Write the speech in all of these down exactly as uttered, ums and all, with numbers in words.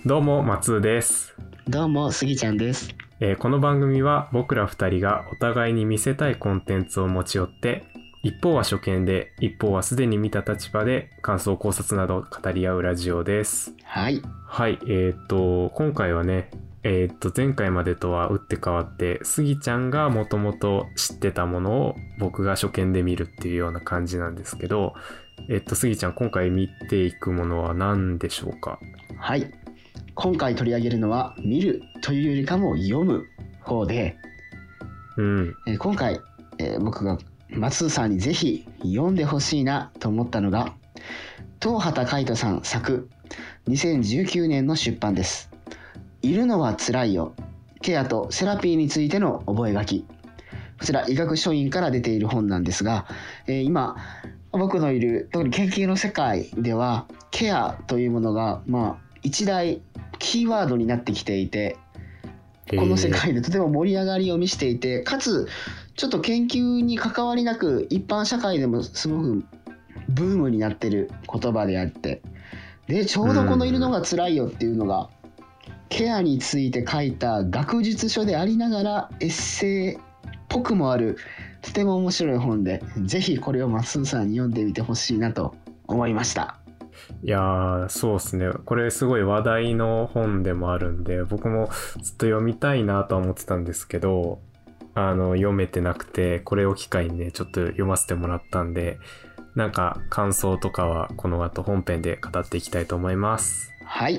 どうも松です。 どうもスギちゃんです。 えーこの番組は僕ら二人がお互いに見せたいコンテンツを持ち寄って、一方は初見で一方はすでに見た立場で感想考察などを語り合うラジオです。 はいはいえー、っと今回はねえー、っと前回までとは打って変わってスギちゃんがもともと知ってたものを僕が初見で見るっていうような感じなんですけど、えー、っとスギちゃん今回見ていくものは何でしょうか？ はい、今回取り上げるのは見るというよりかも読む方で、 うんえー今回、えー僕が松さんにぜひ読んでほしいなと思ったのが東畑海人さん作にせんじゅうきゅうねんの出版です。いるのはつらいよ、ケアとセラピーについての覚書。こちら医学書院から出ている本なんですが、えー今僕のいる特に研究の世界ではケアというものがまあ一大キーワードになってきていて、この世界でとても盛り上がりを見せていて、かつちょっと研究に関わりなく一般社会でもすごくブームになってる言葉であって、でちょうどこのいるのが辛いよっていうのがケアについて書いた学術書でありながらエッセイっぽくもあるとても面白い本で、ぜひこれを松さんに読んでみてほしいなと思いました。 いやーそうですね、これすごい話題の本でもあるんで僕もずっと読みたいなとは思ってたんですけど、あの読めてなくて、これを機会にねちょっと読ませてもらったんで、なんか感想とかはこの後本編で語っていきたいと思います。 はい、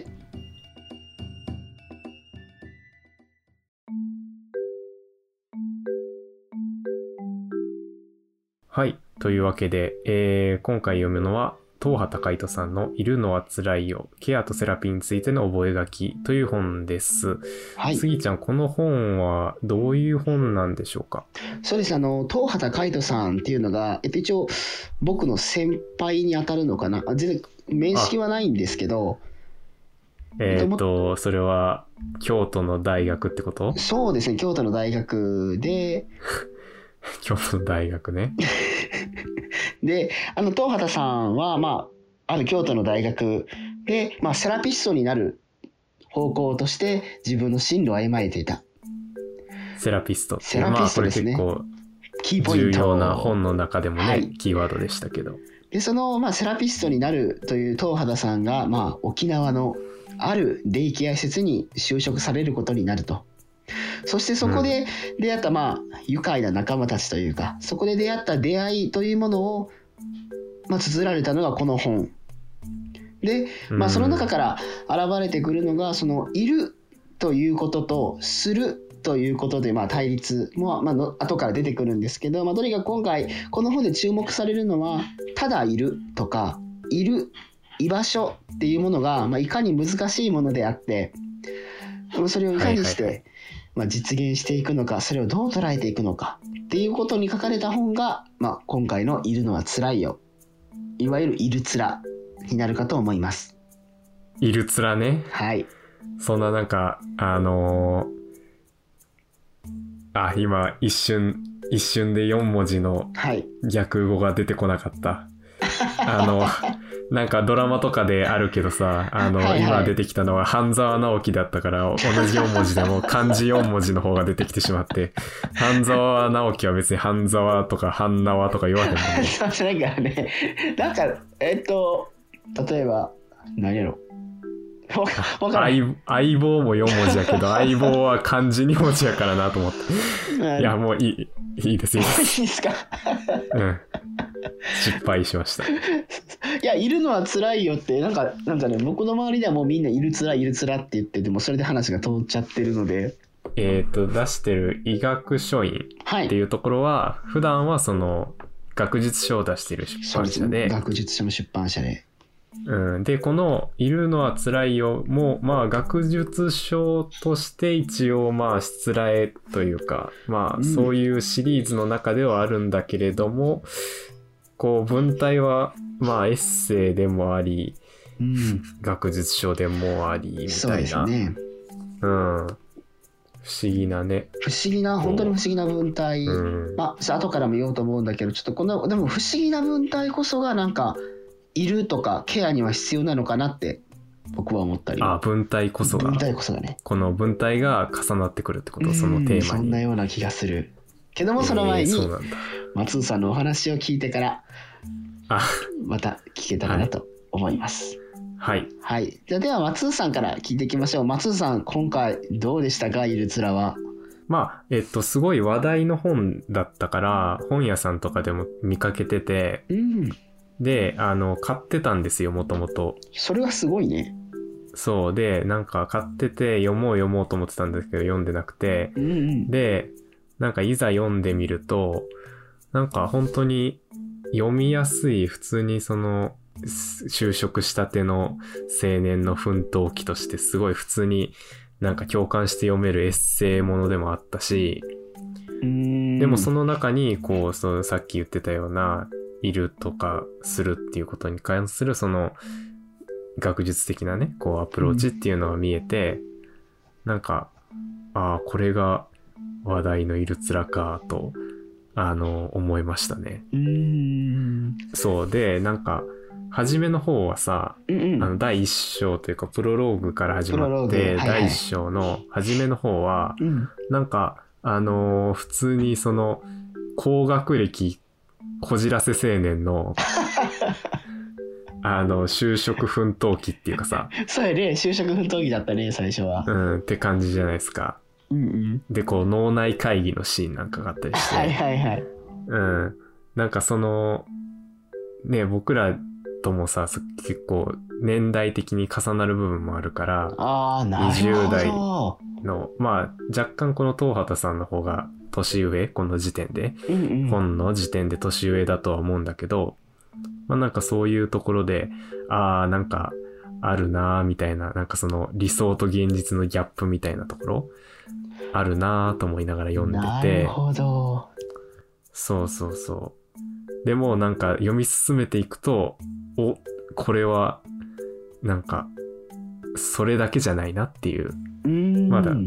はいというわけで、えー今回読むのは東畑海人さんのいるのはつらいよ、ケアとセラピーについての覚書という本です。 はい、 スギちゃん、この本はどういう本なんでしょうか？ そうです。あの東畑海人さんっていうのが、えっと、一応僕の先輩に当たるのかな。あ全然面識はないんですけど、 えっとそれは京都の大学ってこと？ そうですね、京都の大学で京都の大学ね。 であの東畑さんは、まあ、ある京都の大学で、まあ、セラピストになる方向として自分の進路を歩まれていたセラピストってセラピストですね。 まあこキーれ結構重ポイント要な本の中でもね、 はい、 キーワードでしたけど、 でその、まあ、セラピストになるという東畑さんが、まあ、沖縄のあるデイケア施設に就職されることになると。そしてそこで出会った、まあ、愉快な仲間たちというか、そこで出会った出会いというものを、まあ、綴られたのがこの本で、まあ、その中から現れてくるのがそのいるということとするということで、まあ、対立も、まあ、の後から出てくるんですけど、まあ、とにかく今回この本で注目されるのはただいるとかいる居場所っていうものが、まあ、いかに難しいものであって、それをいかにして、 はいはいはい、 まあ、実現していくのか、それをどう捉えていくのかっていうことに書かれた本が、まあ、今回のいるのはつらいよ、いわゆるいるつらになるかと思います。 いるつらね。 はい、 そんななんかあのーあ今一瞬一瞬でよん文字のはい、 逆語が出てこなかった。あのなんかドラマとかであるけどさ、あの、 はいはい、 今出てきたのは半沢直樹だったから、同じよん文字でも漢字よん文字の方が出てきてしまって、半沢直樹は別に半沢とか半縄とか言わへんもんね。 そうなんかね、なんかえっと例えば何やろ、わかわからん。 相相棒もよん文字やけど、相棒は漢字に文字やからなと思って。いやもういいいいですいいです。 いいですか。 うん失敗しました。 いや、いるのは辛いよってなんかなんかね、僕の周りではもうみんないるつらいるつらって言っててもそれで話が通っちゃってるので、 えっと出してる医学書院っていうところは、はい、普段はその学術書を出してる出版社で、 学術書の出版社で、 うん、でこのいるのはつらいよもまあ学術書として一応まあしつらえというか、まあそういうシリーズの中ではあるんだけれども、こう文体はまあエッセイでもあり、うん、学術書でもありみたいな、 そうですね、 うん、不思議なね、 不思議な、本当に不思議な文体、うん、まあ後からも言おうと思うんだけど、ちょっとこのでも不思議な文体こそがなんかいるとかケアには必要なのかなって僕は思ったり。 あ、文体こそが。 文体こそがね。 この文体が重なってくるってこと、そのテーマに。 そんなような気がする。けどもその前に、 えー、そうなんだ。 松尾さんのお話を聞いてから、 あ、 また聞けたらなと思います。 はい。 はい。じゃあでは松尾さんから聞いていきましょう。松尾さん、今回どうでしたか、イルツラは。 まあ、えっと、すごい話題の本だったから、本屋さんとかでも見かけてて、 うん。 で、あの、買ってたんですよ、もともと。 それはすごいね。 そう。で、なんか買ってて読もう読もうと思ってたんですけど、読んでなくて。 うんうん。 で、なんかいざ読んでみると、なんか本当に読みやすい、普通にその、就職したての青年の奮闘記としてすごい普通になんか共感して読めるエッセイものでもあったし、 うーん。 でもその中にこう、そのさっき言ってたような、いるとかするっていうことに関するその学術的なね、こうアプローチっていうのが見えて、なんか、ああ、これが話題のイルツラかと、あの、思いましたね。 うーん。 そうで、なんか、初めの方はさ、 うんうん。 あの第一章というかプロローグから始プロローグまって、 はいはい第一章の初めの方は、 うん。 なんか、あのー普通にその、高学歴こじらせ青年の、あの、就職奮闘記っていうかさ、 そうやね。就職奮闘記だったね、最初は。 うん、って感じじゃないですか。 うんうん。 で、こう、脳内会議のシーンなんかがあったりして、 はいはいはい。 うん、なんかその、ね、僕らともさ、結構年代的に重なる部分もあるから、 ああ、なるほど。 にじゅう代の、まあ、若干この東畑さんの方が年上、この時点で、 うんうん。 本の時点で年上だとは思うんだけど、まあなんかそういうところで、ああ、なんかあるなーみたいな、なんかその理想と現実のギャップみたいなところ、あるなーと思いながら読んでなて、 るほど。 そうそうそう。でもなんか読み進めていくと、お、これは、なんか、それだけじゃないなっていう、 うーん。 まだ、うん、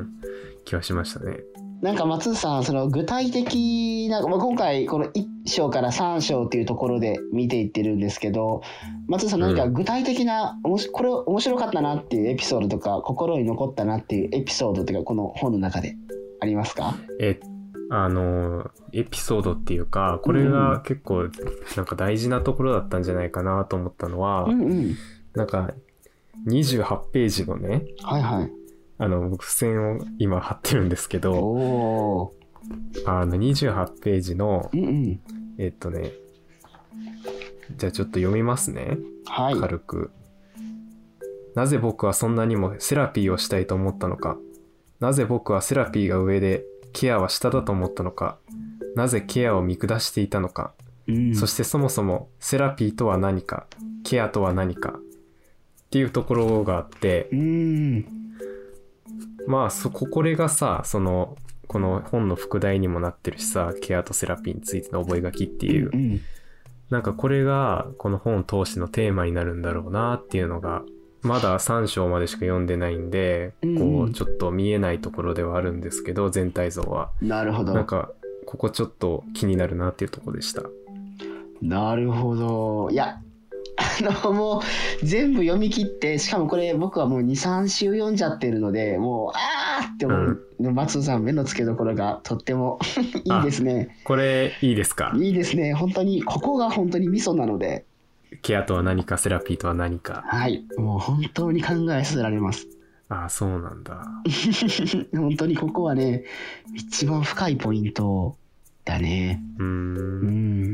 気はしましたね。 なんか松さん、その具体的な、まあ、今回このいっ章からさん章っていうところで見ていってるんですけど、松さん何か具体的な、おもしこれ面白かったなっていうエピソードとか、心に残ったなっていうエピソードっていうか、この本の中でありますか？ え、あの、エピソードっていうか、これが結構なんか大事なところだったんじゃないかなと思ったのは、 うんうん。 なんかにじゅうはちページのね、 はいはい。 あの、僕付箋を今貼ってるんですけど、 おー。 あのにじゅうはちページの、 うんうん。 えっとね、じゃあちょっと読みますね。 はい。 軽く。なぜ僕はそんなにもセラピーをしたいと思ったのか。なぜ僕はセラピーが上でケアは下だと思ったのか。なぜケアを見下していたのか。 うん、 そしてそもそもセラピーとは何か、ケアとは何かっていうところがあって、 うん、 まあそここれがさ、そのこの本の副題にもなってるしさ、ケアとセラピーについての覚書きっていう、 うんうん、 なんかこれがこの本を通してのテーマになるんだろうなっていうのが、まださん章までしか読んでないんで、 うんうん、 こうちょっと見えないところではあるんですけど、全体像は。 なるほど。 なんかここちょっと気になるなっていうところでした。 なるほど。いや、あのもう全部読み切って、しかもこれ僕はもうにさん週読んじゃってるので、もうあーって思う、うん、松尾さん目の付けどころがとってもいいですね。 これいいですか？ いいですね。本当にここが本当にミソなので。 ケアとは何か、セラピーとは何か。 はい、もう本当に考えさせられます。 ああ、そうなんだ。 本当にここはね、一番深いポイントだね。 うーん。 うん。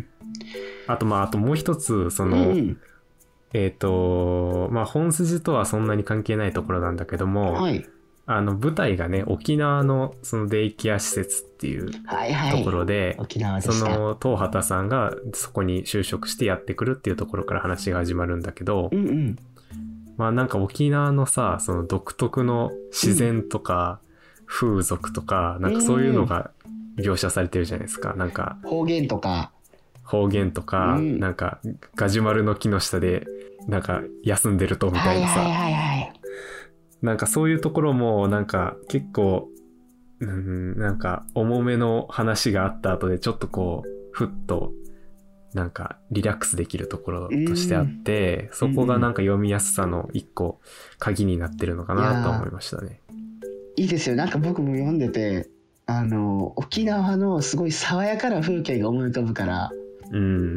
あとまああともう一つその、うん、えっとまあ本筋とはそんなに関係ないところなんだけども、 はい、 あの舞台がね沖縄のそのデイケア施設っていうところで、 沖縄でした。 その東畑さんがそこに就職してやってくるっていうところから話が始まるんだけど、 うんうん、 まあなんか沖縄のさその独特の自然とか風俗とか、うん、なんかそういうのが描写されてるじゃないですか。なんか方言とか方言とか、うん、なんかガジュマルの木の下でなんか休んでるとみたいなさ、 はいはいはいはい、 なんかそういうところもなんか結構、うん、なんか重めの話があった後でちょっとこうふっとなんかリラックスできるところとしてあって、そこがなんか読みやすさの一個鍵になってるのかなと思いましたね。 いいですよ。なんか僕も読んでて、あの沖縄のすごい爽やかな風景が思い浮かぶから、 うん、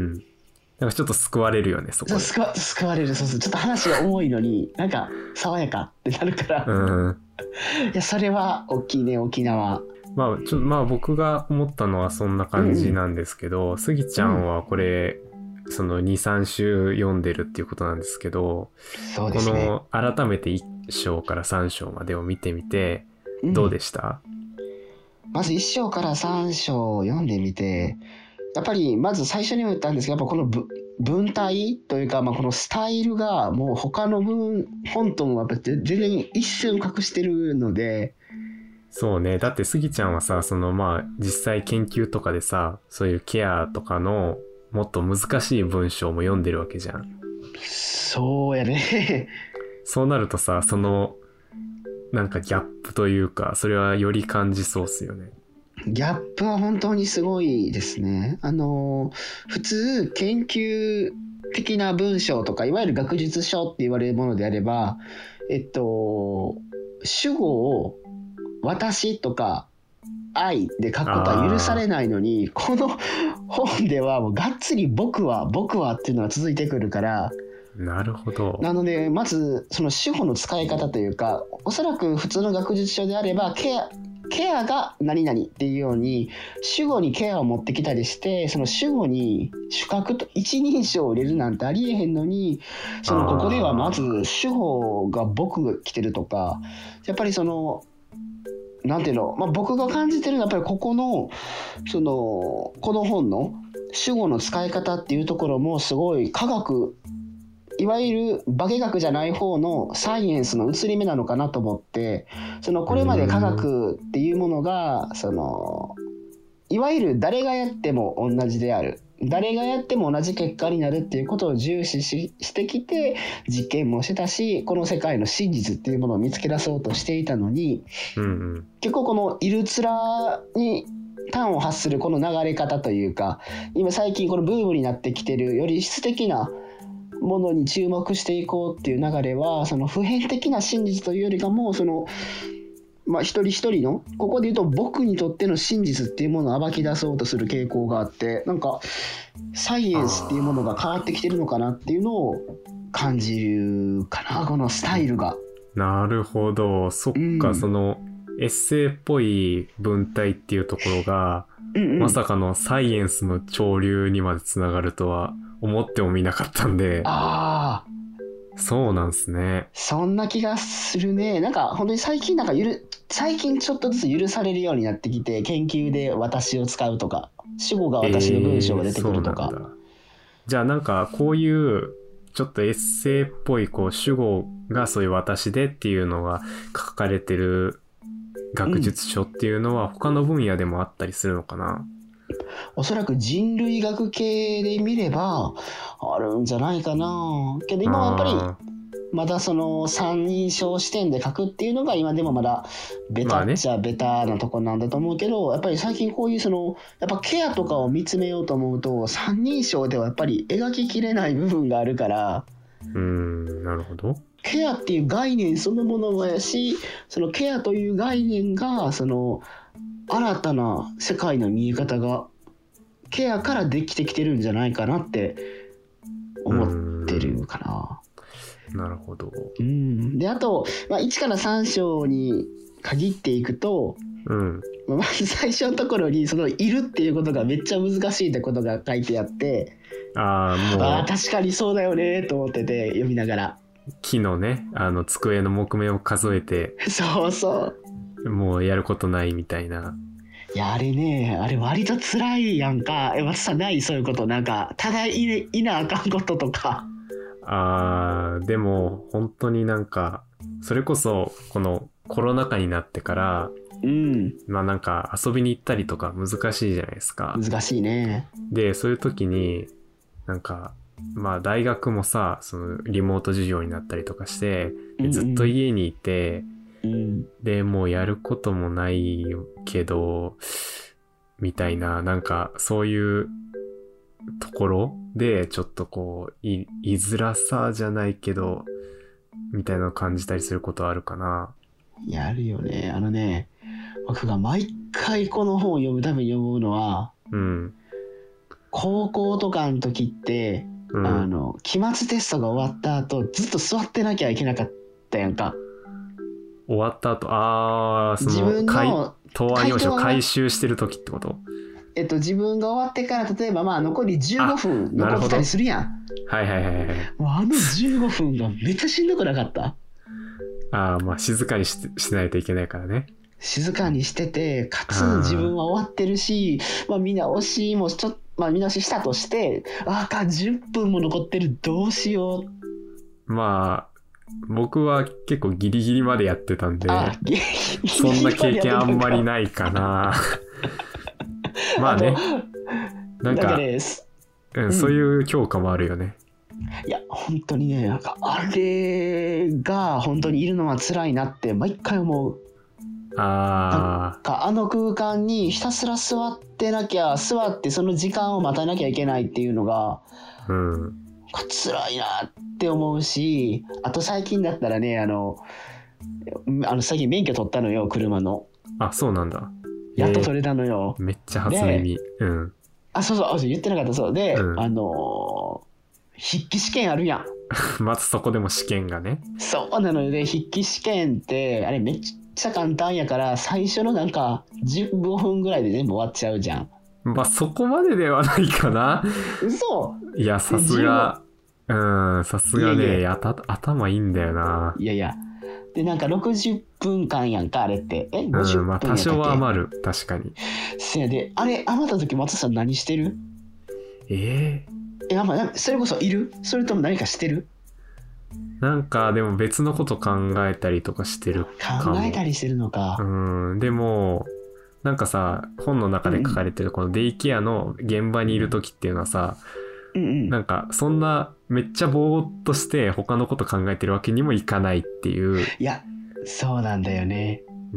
なんかちょっと救われるよね、そこで。 そう救わ、救われる。そうそう、ちょっと話が重いのになんか爽やかってなるから、 うん、 いやそれは大きいね、沖縄。 まあちょまあ僕が思ったのはそんな感じなんですけど、スギちゃんはこれ、うん、そのにさん週読んでるっていうことなんですけど、 そうですね、 この改めていっ章からさん章までを見てみてどうでした？ うん、まずいっ章からさん章を読んでみて、やっぱりまず最初にも言ったんですけど、やっぱこの文体というか、まあ、このスタイルがもう他の文本ともやっぱ全然一線を画してるので。 そうね。だってスギちゃんはさ、そのまあ実際研究とかでさ、そういうケアとかのもっと難しい文章も読んでるわけじゃん。 そうやね。 そうなるとさ、そのなんかギャップというか、それはより感じそうっすよね。 ギャップは本当にすごいですね。あの普通研究的な文章とか、いわゆる学術書って言われるものであれば、えっと主語を私とか愛で書くことは許されないのに、この本ではもうがっつり僕は僕はっていうのが続いてくるから。 なるほど。 なのでまずその主語の使い方というか、おそらく普通の学術書であればケアケアが何々っていうように主語にケアを持ってきたりして、その主語に主格と一人称を入れるなんてありえへんのに、そのここではまず主語が僕が来てるとか、やっぱりそのなんていうの、まあ、僕が感じてるのはやっぱりここのそのこの本の主語の使い方っていうところもすごい科学、いわゆる化学じゃない方のサイエンスの移り目なのかなと思って、そのこれまで科学っていうものがそのいわゆる誰がやっても同じである、誰がやっても同じ結果になるっていうことを重視 し, してきて実験もしてたし、この世界の真実っていうものを見つけ出そうとしていたのに、 うんうん、 結構このイルツラに端を発するこの流れ方というか、今最近このブームになってきてるより質的なものに注目していこうっていう流れは、その普遍的な真実というよりかも、そのまあ一人一人のここで言うと僕にとっての真実っていうものを暴き出そうとする傾向があって、なんかサイエンスっていうものが変わってきてるのかなっていうのを感じるかな、このスタイルが。 なるほど。そっか、うん、そのエッセイっぽい文体っていうところが、うんうん、まさかのサイエンスの潮流にまでつながるとは思ってもみなかったんで。 ああ、 そうなんすね。 そんな気がするね。なんか本当に最近なんかゆる最近ちょっとずつ許されるようになってきて、研究で私を使うとか、主語が私の文章が出てくるとか、えー、 じゃあなんかこういうちょっとエッセイっぽいこう主語がそういう私でっていうのが書かれてる学術書っていうのは他の分野でもあったりするのかな、うん、 おそらく人類学系で見ればあるんじゃないかな。けど今はやっぱりまだその三人称視点で書くっていうのが今でもまだベタっちゃベタなとこなんだと思うけど、やっぱり最近こういうそのやっぱケアとかを見つめようと思うと三人称ではやっぱり描ききれない部分があるから、 うーん、なるほど。 ケアっていう概念そのものもやし、そのケアという概念がその新たな世界の見え方がケアからできてきてるんじゃないかなって思ってるかな。 なるほど。 うん、であと、まあ、いちからさん章に限っていくと、 うん、 まず最初のところにそのいるっていうことがめっちゃ難しいってことが書いてあって、 あもうあ確かにそうだよねと思ってて読みながら、 木のねあの机の木目を数えてそうそう、 もうやることないみたいな。 いやあれね、あれ割と辛いやんか。え松さんないそういうこと、なんかただい、ね、いなあかんこととか。 あーでも本当になんかそれこそこのコロナ禍になってから、 うん、 まあなんか遊びに行ったりとか難しいじゃないですか。 難しいね。 でそういう時になんかまあ大学もさそのリモート授業になったりとかしてずっと家にいて、 うんうん、 でもうやることもないけどみたいな、なんかそういうところでちょっとこうい居づらさじゃないけどみたいなのを感じたりすることはあるかな。 やるよね。あのね、僕が毎回この本を読むために思うのは、 うん。 高校とかの時って、 うん、 あの期末テストが終わった後ずっと座ってなきゃいけなかったやんか。 終わった後、ああ、そ自分の回の答案用紙を回答が回収してる時ってこと？ えっと、自分が終わってから例えばまあ残りじゅうごふん残ってたりするやん。 はいはいはいはい。 もうあのじゅうごふんがめっちゃしんどくなかった？ ああ、まあ静かに し, しないといけないからね。 静かにしてて、かつ自分は終わってるし、まあ、見直しもちょっと、まあ、見直ししたとして、ああ、じゅっぷんも残ってる、どうしよう。まあ、僕は結構ギリギリまでやってたんで、 あそんな経験あんまりないかな。まあね、なんか、 ねうん、そういう強化もあるよね。 いや、本当にね、なんかあれが本当にいるのは辛いなって毎回思う。 あなんかあの空間にひたすら座ってなきゃ、座ってその時間を待たなきゃいけないっていうのが、 うん、 辛いなって思うし、あと最近だったらね、あの、あの最近免許取ったのよ、車の。 あ、そうなんだ。 やっと取れたのよ。 えー、めっちゃ初耳。うん。 あ、そうそう、言ってなかった、そうで、 うん、 あのー、筆記試験あるやん。 まずそこでも試験がね。 そうなのよね、筆記試験ってあれめっちゃ簡単やから、最初のなんかじゅうごふんぐらいで全部終わっちゃうじゃん。 まあそこまでではないかな。 嘘。 いや、さすが、うん、さすがね、 いやいや頭いいんだよな。 いやいや。で、なんかろくじゅっぷんかんやんか、あれって。え、ごじゅっぷんやったっけ？ うん、まあ多少は余る、確かに。 せやで、あれ、余った時松さん何してる？ えー、え、まあ、それこそいる？それとも何かしてる？ なんかでも別のこと考えたりとかしてるかも。 考えたりしてるのか。 うん、でも、なんかさ、本の中で書かれてるこのデイケアの現場にいる時っていうのはさ、 うんうん、 なんかそんなめっちゃぼーっとして他のこと考えてるわけにもいかないっていう。 いや、そうなんだよね。 うん。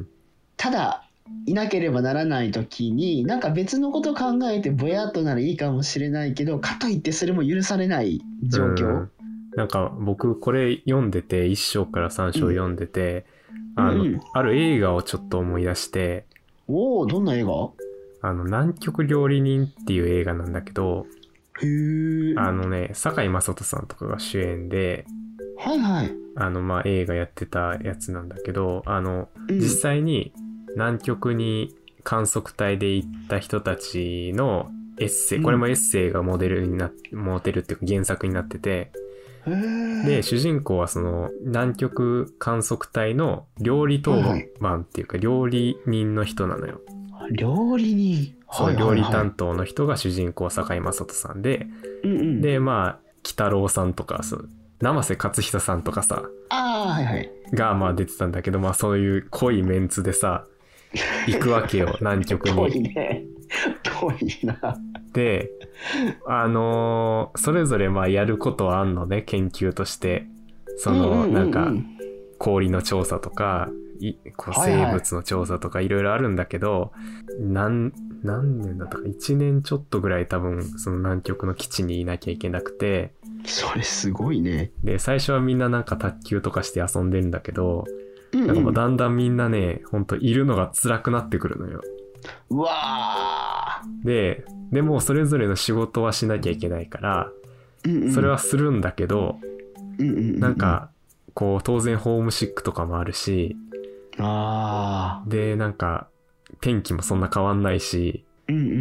ただいなければならない時になんか別のこと考えてぼやっとならいいかもしれないけど、かといってそれも許されない状況。 うん、なんか僕これ読んでていっ章からさん章読んでて、うん、あの、うん、ある映画をちょっと思い出して。 おお、どんな映画？ あの南極料理人っていう映画なんだけど、 へー、 あのね、堺雅人さんとかが主演で、 はいはい、 あのまあ映画やってたやつなんだけど、あの、うん、実際に南極に観測隊で行った人たちのエッセイ、これもエッセイがモデルになって、モデルっていうか原作になってて、で主人公はその南極観測隊の料理当番っていうか料理人の人なのよ。 料理人、 そう、はいはいはい、料理担当の人が主人公堺雅人さんで、うんうん、でまあ鬼太郎さんとかそう生瀬勝久さんとかさ、 あ、はいはい、 がまあ出てたんだけど、まあそういう濃いメンツでさ行くわけよ南極に。 濃いね、濃いな。であのー、それぞれまあやることはあんのね、研究として。その、うんうんうんうん、なんか氷の調査とかいこう生物の調査とかいろいろあるんだけど、はいはい、何何年だったかいちねんちょっとぐらい多分その南極の基地にいなきゃいけなくて。 それすごいね。 で最初はみんななんか卓球とかして遊んでるんだけど、 うんうん、 なんかもうだんだんみんなね、ほんといるのが辛くなってくるのよ。 うわー。ででもそれぞれの仕事はしなきゃいけないから、うんうん、それはするんだけど、うんうんうんうん、なんかこう当然ホームシックとかもあるし、 あでなんか天気もそんな変わんないし、 うんうんうんうん、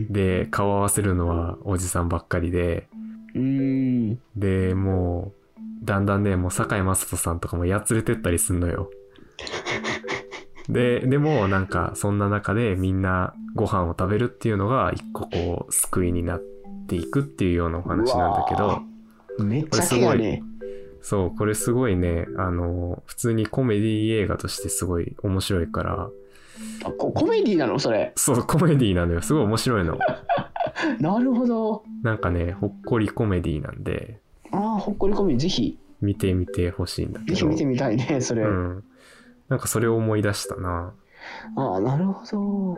で顔合わせるのはおじさんばっかりで、 うーん、 でもうだんだんね、もう堺雅人さんとかもやつれてったりすんのよ。ででもなんかそんな中でみんなご飯を食べるっていうのが一個こう救いになっていくっていうようなお話なんだけど、 めっちゃすごいね。 そう、これすごいね、あの普通にコメディ映画としてすごい面白いから。 あ、コメディなのそれ？ そう、コメディなのよ。すごい面白いの。 なるほど。 なんかね、ほっこりコメディなんで。 ああ、ほっこりコメディぜひ見てみてほしいんだけど。 ぜひ見てみたいね、それ。 うん。なんかそれを思い出したな。 ああ、なるほど。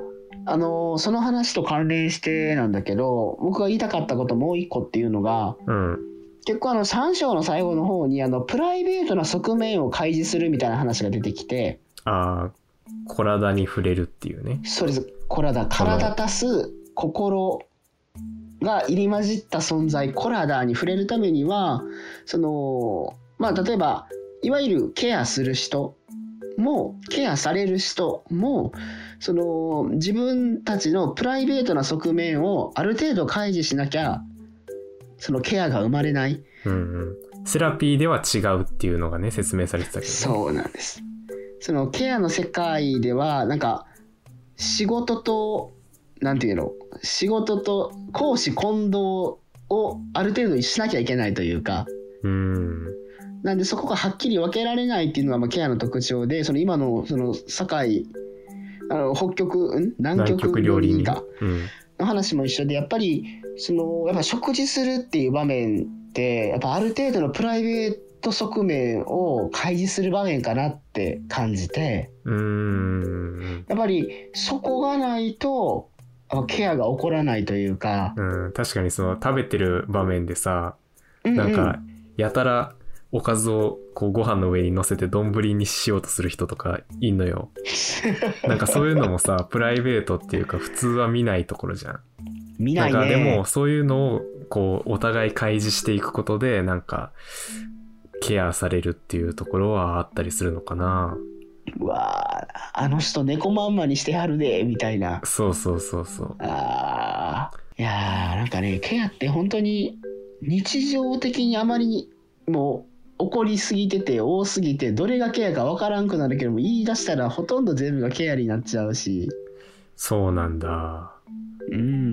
あのその話と関連してなんだけど、僕が言いたかったこともう一個っていうのが、 うん、 結構あのさん章の最後の方にあのプライベートな側面を開示するみたいな話が出てきて、 ああ、体に触れるっていうね。 そうです。これだ、体足す心が入り混じった存在、コラダに触れるためには、そのまあ例えばいわゆるケアする人もケアされる人も、その自分たちのプライベートな側面をある程度開示しなきゃそのケアが生まれない。 うんうん。セラピーでは違うっていうのがね説明されてたけど、ね、 そうなんです。そのケアの世界ではなんか仕事となんていうの仕事と公私混同をある程度しなきゃいけないというか、 うん、 なんでそこがはっきり分けられないっていうのがまあケアの特徴で、その今のその堺あの北極ん南極料理かの話も一緒で、やっぱりそのやっぱ食事するっていう場面ってやっぱある程度のプライベート側面を開示する場面かなって感じて、 うーん、 やっぱりそこがないとケアが起こらないというか、 うん、確かにその食べてる場面でさ、 うんうん、 なんかやたらおかずをこうご飯の上に乗せて丼にしようとする人とかいんのよ。なんかそういうのもさプライベートっていうか普通は見ないところじゃん。 見ないね。 なんかでもそういうのをこうお互い開示していくことでなんかケアされるっていうところはあったりするのかな。 うわあ、あの人猫まんまにしてはるでみたいな。 そうそうそうそう。 ああ、いやーなんかね、ケアって本当に日常的にあまりにもう起こりすぎてて多すぎて、どれがケアか分からんくなるけども、言い出したらほとんど全部がケアになっちゃうし。 そうなんだ。 うん。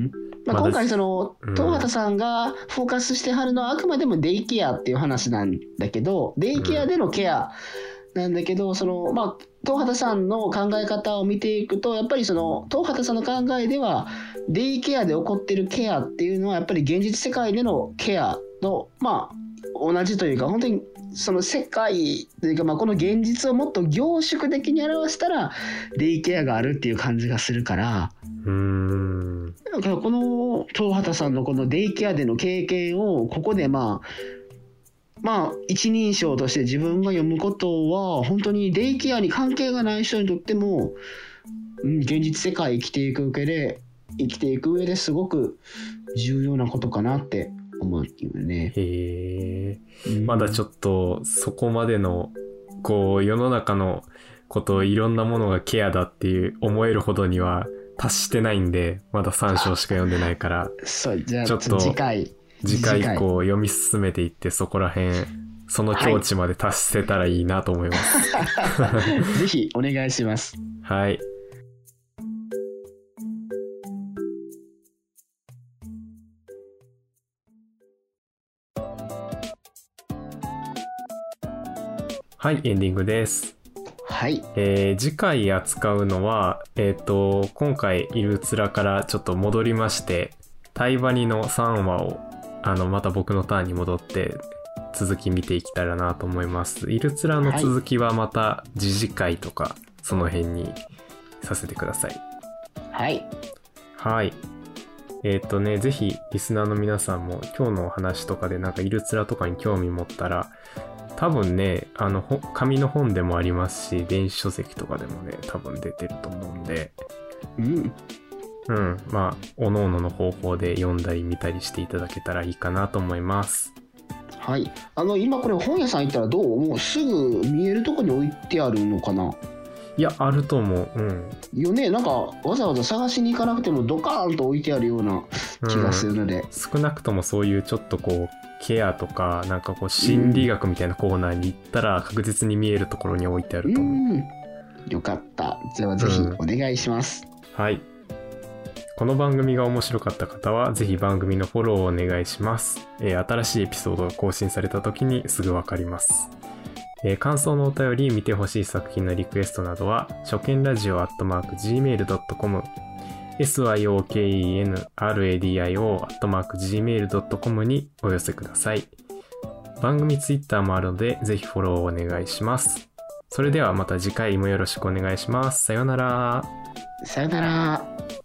まあ、今回その東畑さんがフォーカスしてはるのはあくまでもデイケアっていう話なんだけど、デイケアでのケアなんだけど、そのまあ東畑さんの考え方を見ていくと、やっぱりその東畑さんの考えではデイケアで起こってるケアっていうのはやっぱり現実世界でのケアとまあ同じというか、本当にその世界というか、まあこの現実をもっと凝縮的に表したらデイケアがあるっていう感じがするから、 うーん、 だからこの東畑さんのこのデイケアでの経験をここでまあまあ一人称として自分が読むことは、本当にデイケアに関係がない人にとっても、うん、現実世界生きていく上で生きていく上ですごく重要なことかなって思うよね。 へえ、 うん、 まだちょっとそこまでのこう世の中のことをいろんなものがケアだっていう思えるほどには達してないんで、まださん章しか読んでないから、 そうじゃあちょっと次回次回以降読み進めていって、そこら辺その境地まで達せたらいいなと思います、 はい、ぜひお願いします。 はい。はい、エンディングです。 はい、 えー、次回扱うのは、えっと、今回イルツラからちょっと戻りまして、タイバニのさんわを、あの、また僕のターンに戻って、続き見ていきたらなと思います。イルツラの続きはまた次次回とか、その辺にさせてください。 はい。 はい。えっとね、ぜひ、リスナーの皆さんも、今日のお話とかで、なんかイルツラとかに興味持ったら、多分ね、あの紙の本でもありますし、電子書籍とかでもね多分出てると思うんで、 うんうん、まあおのおのの方法で読んだり見たりしていただけたらいいかなと思います。 はい。あの今これ本屋さん行ったらどう？もうすぐ見えるとこに置いてあるのかな？ いや、あると思う。うん。 よね、なんかわざわざ探しに行かなくてもドカーンと置いてあるような気がするので、うん、 少なくともそういうちょっとこうケアとかなんかこう心理学みたいなコーナーに行ったら確実に見えるところに置いてあると思う。 うん、よかった。じゃあぜひお願いします、 うん、はい。この番組が面白かった方はぜひ番組のフォローをお願いします、えー、新しいエピソードが更新された時にすぐわかります。えー、感想のお便り、見てほしい作品のリクエストなどは初見ラジオアットマーク ジーメールドットコム ショケンラディオ アットマーク ジーメールドットコム にお寄せください。番組ツイッターもあるのでぜひフォローをお願いします。それではまた次回もよろしくお願いします。さようなら。 さようなら。